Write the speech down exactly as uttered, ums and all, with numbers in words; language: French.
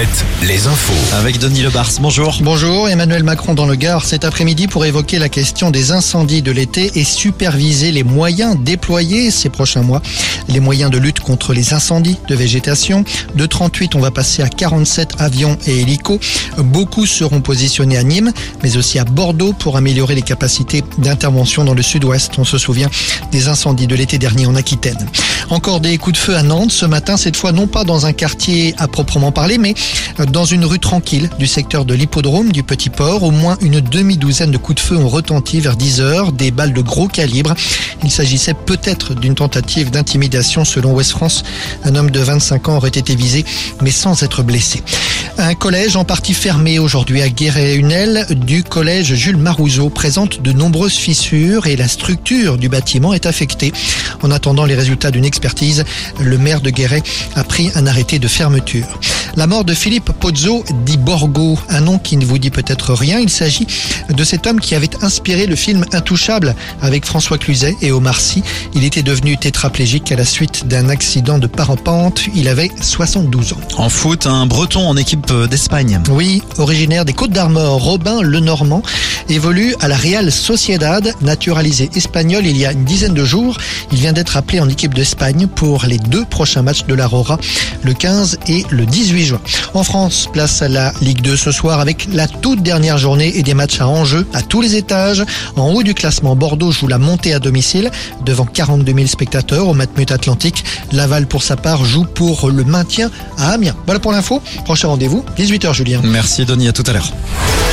sept, les infos. Avec Denis Lebars, bonjour. Bonjour, Emmanuel Macron dans le Gard cet après-midi pour évoquer la question des incendies de l'été et superviser les moyens déployés ces prochains mois. Les moyens de lutte contre les incendies de végétation. De trente-huit, on va passer à quarante-sept avions et hélicos. Beaucoup seront positionnés à Nîmes, mais aussi à Bordeaux pour améliorer les capacités d'intervention dans le sud-ouest. On se souvient des incendies de l'été dernier en Aquitaine. Encore des coups de feu à Nantes ce matin, cette fois non pas dans un quartier à proprement parler, mais dans une rue tranquille du secteur de l'hippodrome du Petit Port. Au moins une demi-douzaine de coups de feu ont retenti vers dix heures, des balles de gros calibre. Il s'agissait peut-être d'une tentative d'intimidation selon Ouest France. Un homme de vingt-cinq ans aurait été visé, mais sans être blessé. Un collège en partie fermé aujourd'hui à Guéret. Une aile du collège Jules Marouzeau présente de nombreuses fissures et la structure du bâtiment est affectée. En attendant les résultats d'une expertise, le maire de Guéret a pris un arrêté de fermeture. La mort de Philippe Pozzo di Borgo, un nom qui ne vous dit peut-être rien. Il s'agit de cet homme qui avait inspiré le film Intouchable avec François Cluzet et Omar Sy. Il était devenu tétraplégique à la suite d'un accident de parapente. Il avait soixante-douze ans. En foot, un Breton en équipe d'Espagne. Oui, originaire des Côtes-d'Armor, Robin Lenormand évolue à la Real Sociedad, naturalisé espagnol il y a une dizaine de jours. Il vient d'être appelé en équipe d'Espagne pour les deux prochains matchs de l'Aurora, le quinze et le dix-huit juin. En France, place à la Ligue deux ce soir avec la toute dernière journée et des matchs à enjeu à tous les étages. En haut du classement, Bordeaux joue la montée à domicile devant quarante-deux mille spectateurs au Matmut Atlantique. Laval, pour sa part, joue pour le maintien à Amiens. Voilà pour l'info. Prochain rendez-vous, dix-huit heures, Julien. Merci Denis, à tout à l'heure.